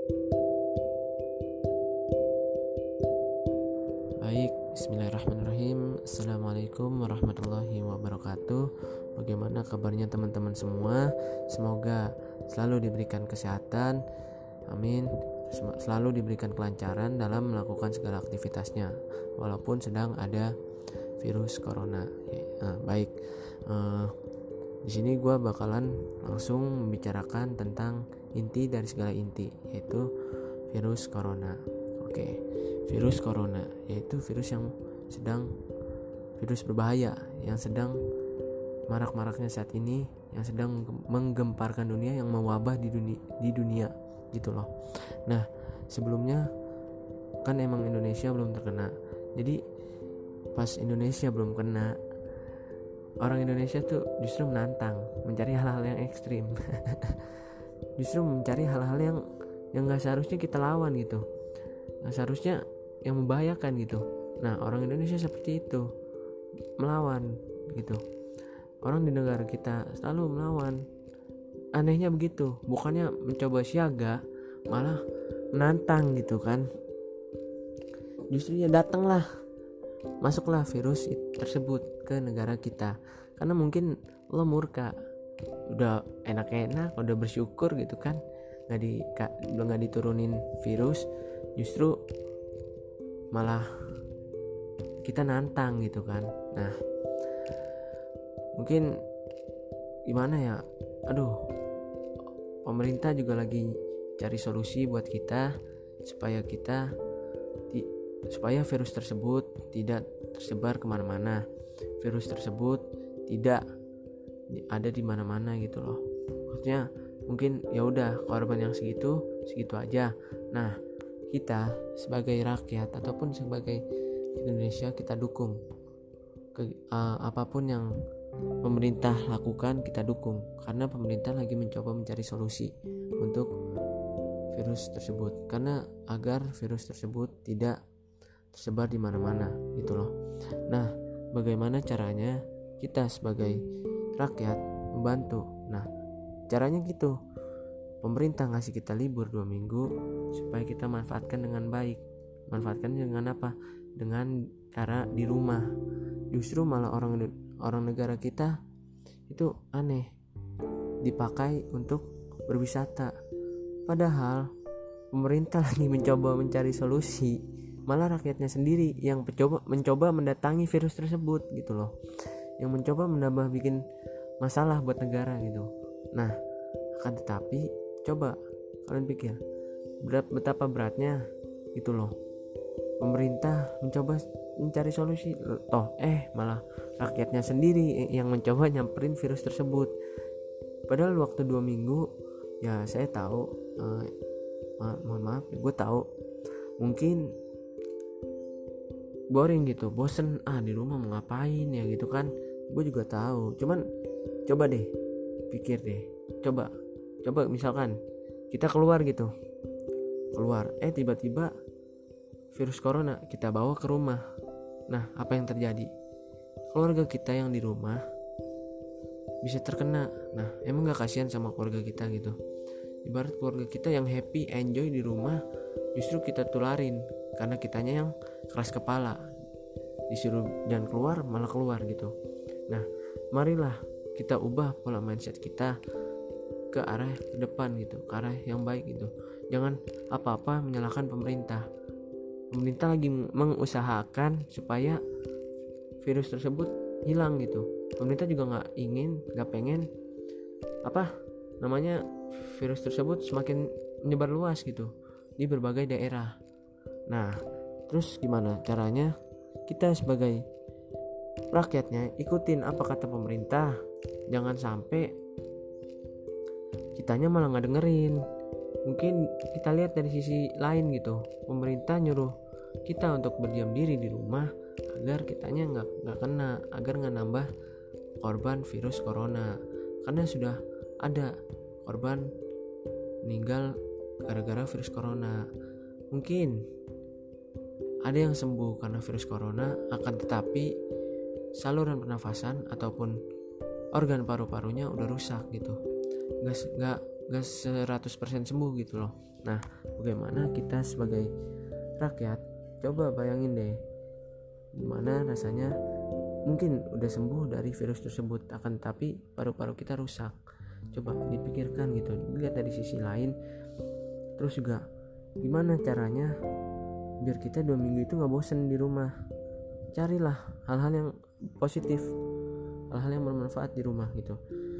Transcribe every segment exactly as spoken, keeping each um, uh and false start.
Baik, bismillahirrahmanirrahim. Assalamualaikum warahmatullahi wabarakatuh. Bagaimana kabarnya teman-teman semua? Semoga selalu diberikan kesehatan, amin. Selalu diberikan kelancaran dalam melakukan segala aktivitasnya, walaupun sedang ada virus corona. Nah, baik, eh, di sini gue bakalan langsung membicarakan tentang inti dari segala inti, yaitu virus corona. Oke, virus corona yaitu virus yang sedang virus berbahaya yang sedang marak-maraknya saat ini, yang sedang menggemparkan dunia, yang mewabah di dunia di dunia gitu loh. Nah, sebelumnya kan emang Indonesia belum terkena. Jadi pas Indonesia belum kena, orang Indonesia tuh justru menantang, mencari hal-hal yang ekstrim. Justru mencari hal-hal yang yang nggak seharusnya kita lawan gitu, nggak seharusnya yang membahayakan gitu. Nah, orang Indonesia seperti itu, melawan gitu. Orang di negara kita selalu melawan. Anehnya begitu, bukannya mencoba siaga, malah menantang gitu kan. Justru ya datanglah, masuklah virus tersebut ke negara kita. Karena mungkin lo murka, udah enak-enak, udah bersyukur gitu kan, nggak di nggak diturunin virus, justru malah kita nantang gitu kan. Nah, mungkin gimana ya, aduh, pemerintah juga lagi cari solusi buat kita supaya kita di, supaya virus tersebut tidak tersebar kemana-mana, virus tersebut tidak ada di mana-mana gitu loh. Maksudnya mungkin ya udah, korban yang segitu segitu aja. Nah, kita sebagai rakyat ataupun sebagai Indonesia, kita dukung ke, uh, apapun yang pemerintah lakukan, kita dukung, karena pemerintah lagi mencoba mencari solusi untuk virus tersebut, karena agar virus tersebut tidak tersebar di mana-mana gitu loh. Nah, bagaimana caranya kita sebagai rakyat membantu? Nah, caranya gitu, pemerintah ngasih kita libur dua minggu supaya kita manfaatkan dengan baik. Manfaatkan dengan apa? Dengan cara di rumah. Justru malah orang orang negara kita itu aneh, dipakai untuk berwisata. Padahal pemerintah lagi mencoba mencari solusi, malah rakyatnya sendiri yang mencoba mencoba mendatangi virus tersebut gitu loh. Yang mencoba menambah bikin masalah buat negara gitu. Nah, akan tetapi coba kalian pikir betapa beratnya gitu loh. Pemerintah mencoba mencari solusi, toh eh malah rakyatnya sendiri yang mencoba nyamperin virus tersebut. Padahal waktu dua minggu, ya saya tahu, eh, ma- mohon maaf, ya, gue tahu mungkin boring gitu, bosen ah di rumah mau ngapain ya gitu kan. Gue juga tahu, cuman coba deh pikir deh, coba coba misalkan kita keluar gitu, keluar eh tiba-tiba virus corona kita bawa ke rumah. Nah, apa yang terjadi? Keluarga kita yang di rumah bisa terkena. Nah, emang gak kasihan sama keluarga kita gitu? Ibarat keluarga kita yang happy, enjoy di rumah, justru kita tularin karena kitanya yang keras kepala, disuruh jangan keluar malah keluar gitu. Nah, marilah kita ubah pola mindset kita ke arah ke depan gitu, ke arah yang baik gitu. Jangan apa-apa menyalahkan pemerintah. Pemerintah lagi mengusahakan supaya virus tersebut hilang gitu. Pemerintah juga nggak ingin, nggak pengen apa namanya virus tersebut semakin menyebar luas gitu di berbagai daerah. Nah, terus gimana caranya kita sebagai rakyatnya ikutin apa kata pemerintah? Jangan sampai kitanya malah nggak dengerin. Mungkin kita lihat dari sisi lain gitu, pemerintah nyuruh kita untuk berdiam diri di rumah agar kitanya nggak nggak kena, agar nggak nambah korban virus corona. Karena sudah ada korban meninggal gara-gara virus corona. Mungkin ada yang sembuh karena virus corona, akan tetapi saluran pernafasan ataupun organ paru-parunya udah rusak gitu, nggak nggak nggak seratus persen sembuh gitu loh. Nah, bagaimana kita sebagai rakyat, coba bayangin deh gimana rasanya mungkin udah sembuh dari virus tersebut, akan tapi paru-paru kita rusak. Coba dipikirkan gitu, dilihat dari sisi lain. Terus juga gimana caranya biar kita dua minggu itu gak bosen di rumah. Carilah hal-hal yang positif, hal-hal yang bermanfaat di rumah gitu,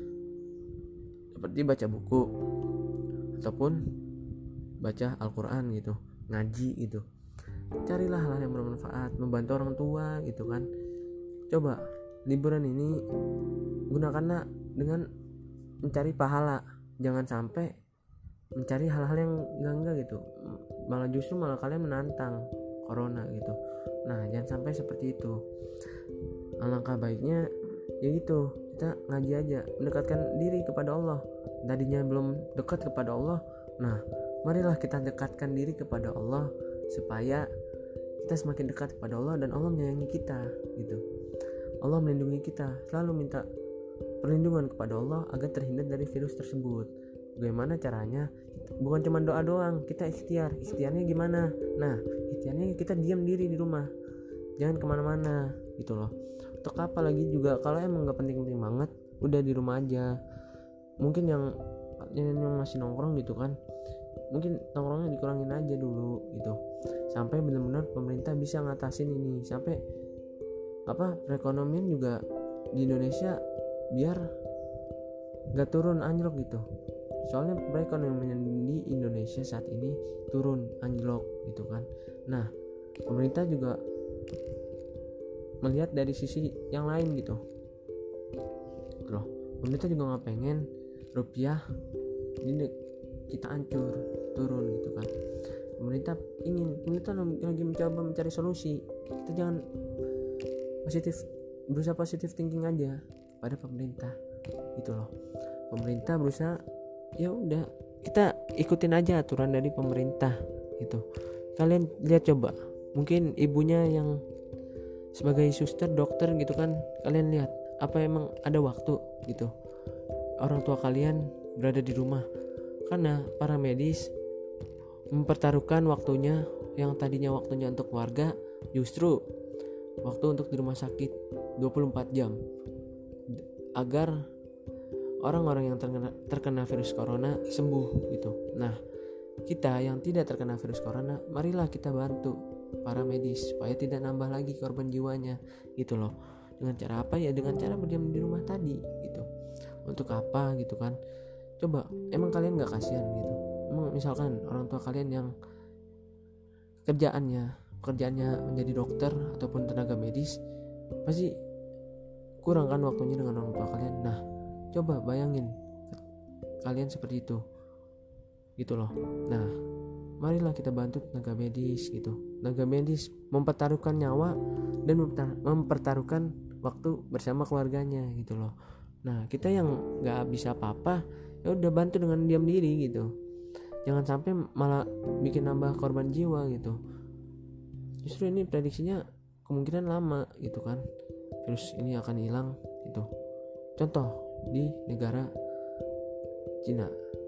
seperti baca buku ataupun baca Al-Quran gitu, ngaji gitu. Carilah hal-hal yang bermanfaat, membantu orang tua gitu kan. Coba liburan ini gunakanlah dengan mencari pahala, jangan sampai mencari hal-hal yang enggak-enggak gitu, malah justru malah kalian menantang corona gitu. Nah, jangan sampai seperti itu. Alangkah baiknya ya gitu, kita ngaji aja, mendekatkan diri kepada Allah. Tadinya belum dekat kepada Allah, nah marilah kita dekatkan diri kepada Allah supaya kita semakin dekat kepada Allah dan Allah menyayangi kita gitu. Allah melindungi kita, selalu minta perlindungan kepada Allah agar terhindar dari virus tersebut. Bagaimana caranya? Bukan cuma doa doang, kita ikhtiar. Ikhtiarnya gimana? Nah, ikhtiarnya kita diam diri di rumah, jangan kemana-mana gitu loh. Untuk apa lagi juga kalau emang gak penting-penting banget, udah di rumah aja. Mungkin yang yang masih nongkrong gitu kan, mungkin nongkrongnya dikurangin aja dulu gitu, sampai benar-benar pemerintah bisa ngatasin ini, sampai apa perekonomian juga di Indonesia biar gak turun anjlok gitu. Soalnya perekonomian di Indonesia saat ini turun anjlok gitu kan. Nah, pemerintah juga melihat dari sisi yang lain gitu loh. Pemerintah juga nggak pengen rupiah ini kita hancur, turun gitu kan. Pemerintah ingin, pemerintah lagi mencoba mencari solusi. Kita jangan positif, berusaha positif thinking aja pada pemerintah gitu loh. Pemerintah berusaha, ya udah kita ikutin aja aturan dari pemerintah gitu. Kalian lihat coba, mungkin ibunya yang sebagai suster, dokter gitu kan, kalian lihat apa emang ada waktu gitu orang tua kalian berada di rumah, karena para medis mempertaruhkan waktunya yang tadinya waktunya untuk keluarga, justru waktu untuk di rumah sakit dua puluh empat jam agar orang-orang yang terkena, terkena virus corona sembuh gitu. Nah, kita yang tidak terkena virus corona, marilah kita bantu para medis supaya tidak nambah lagi korban jiwanya gitu loh. Dengan cara apa ya? Dengan cara berdiam di rumah tadi gitu. Untuk apa gitu kan? Coba, emang kalian gak kasihan gitu? Emang misalkan orang tua kalian yang kerjaannya kerjaannya menjadi dokter ataupun tenaga medis, pasti kurang kan waktunya dengan orang tua kalian. Nah, coba bayangin kalian seperti itu gitu loh. Nah, marilah kita bantu tenaga medis gitu. Tenaga medis mempertaruhkan nyawa dan mempertaruhkan waktu bersama keluarganya gitu loh. Nah, kita yang nggak bisa apa-apa, ya udah bantu dengan diam diri gitu. Jangan sampai malah bikin nambah korban jiwa gitu. Justru ini prediksinya kemungkinan lama gitu kan, virus ini akan hilang gitu. Contoh di negara Cina,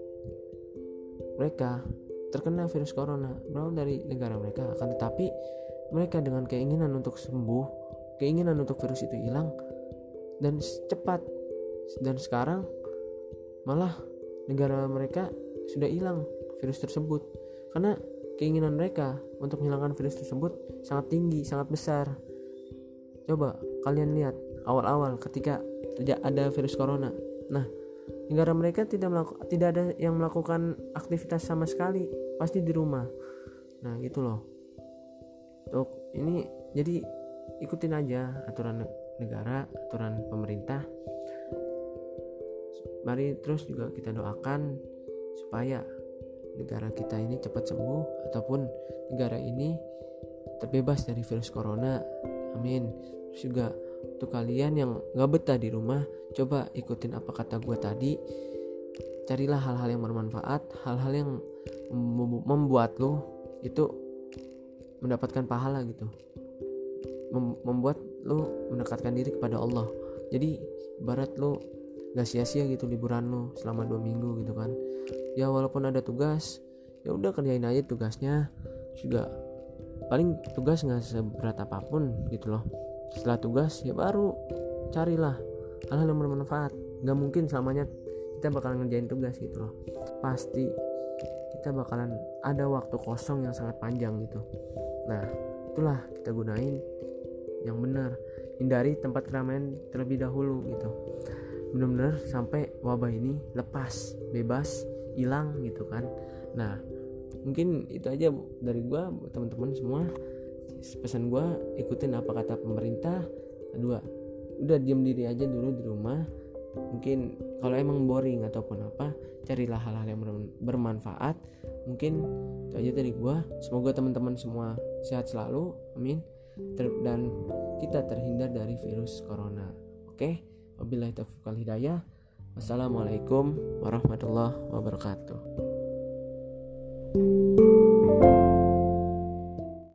mereka terkena virus corona berawal dari negara mereka, akan tetapi mereka dengan keinginan untuk sembuh, keinginan untuk virus itu hilang dan cepat, dan sekarang malah negara mereka sudah hilang virus tersebut karena keinginan mereka untuk menghilangkan virus tersebut sangat tinggi, sangat besar. Coba kalian lihat awal-awal ketika tidak ada virus corona, nah negara mereka tidak melaku, tidak ada yang melakukan aktivitas sama sekali, pasti di rumah. Nah gitu loh. Untuk ini jadi ikutin aja aturan negara, aturan pemerintah. Mari terus juga kita doakan supaya negara kita ini cepat sembuh ataupun negara ini terbebas dari virus corona. Amin. Terus juga untuk kalian yang gak betah di rumah, coba ikutin apa kata gue tadi. Carilah hal-hal yang bermanfaat, hal-hal yang membuat lo itu mendapatkan pahala gitu, Mem- membuat lo mendekatkan diri kepada Allah. Jadi ibarat lo gak sia-sia gitu liburan lo selama dua minggu gitu kan. Ya walaupun ada tugas, ya udah kerjain aja tugasnya, juga paling tugas nggak seberat apapun gitu loh. Setelah tugas ya baru carilah hal-hal yang bermanfaat. Nggak mungkin selamanya kita bakalan ngerjain tugas gitu loh, pasti kita bakalan ada waktu kosong yang sangat panjang gitu. Nah itulah kita gunain yang benar, hindari tempat keramaian terlebih dahulu gitu, benar-benar sampai wabah ini lepas, bebas, hilang gitu kan. Nah mungkin itu aja dari gua buat teman-teman semua. Pesan gua, ikutin apa kata pemerintah. Kedua, udah diam diri aja dulu di rumah. Mungkin kalau emang boring ataupun apa, carilah hal-hal yang bermanfaat. Mungkin itu aja dari gua. Semoga teman-teman semua sehat selalu, amin, Ter- dan kita terhindar dari virus corona. Oke, wabillahi taufiq wal hidayah. Wassalamualaikum warahmatullahi wabarakatuh.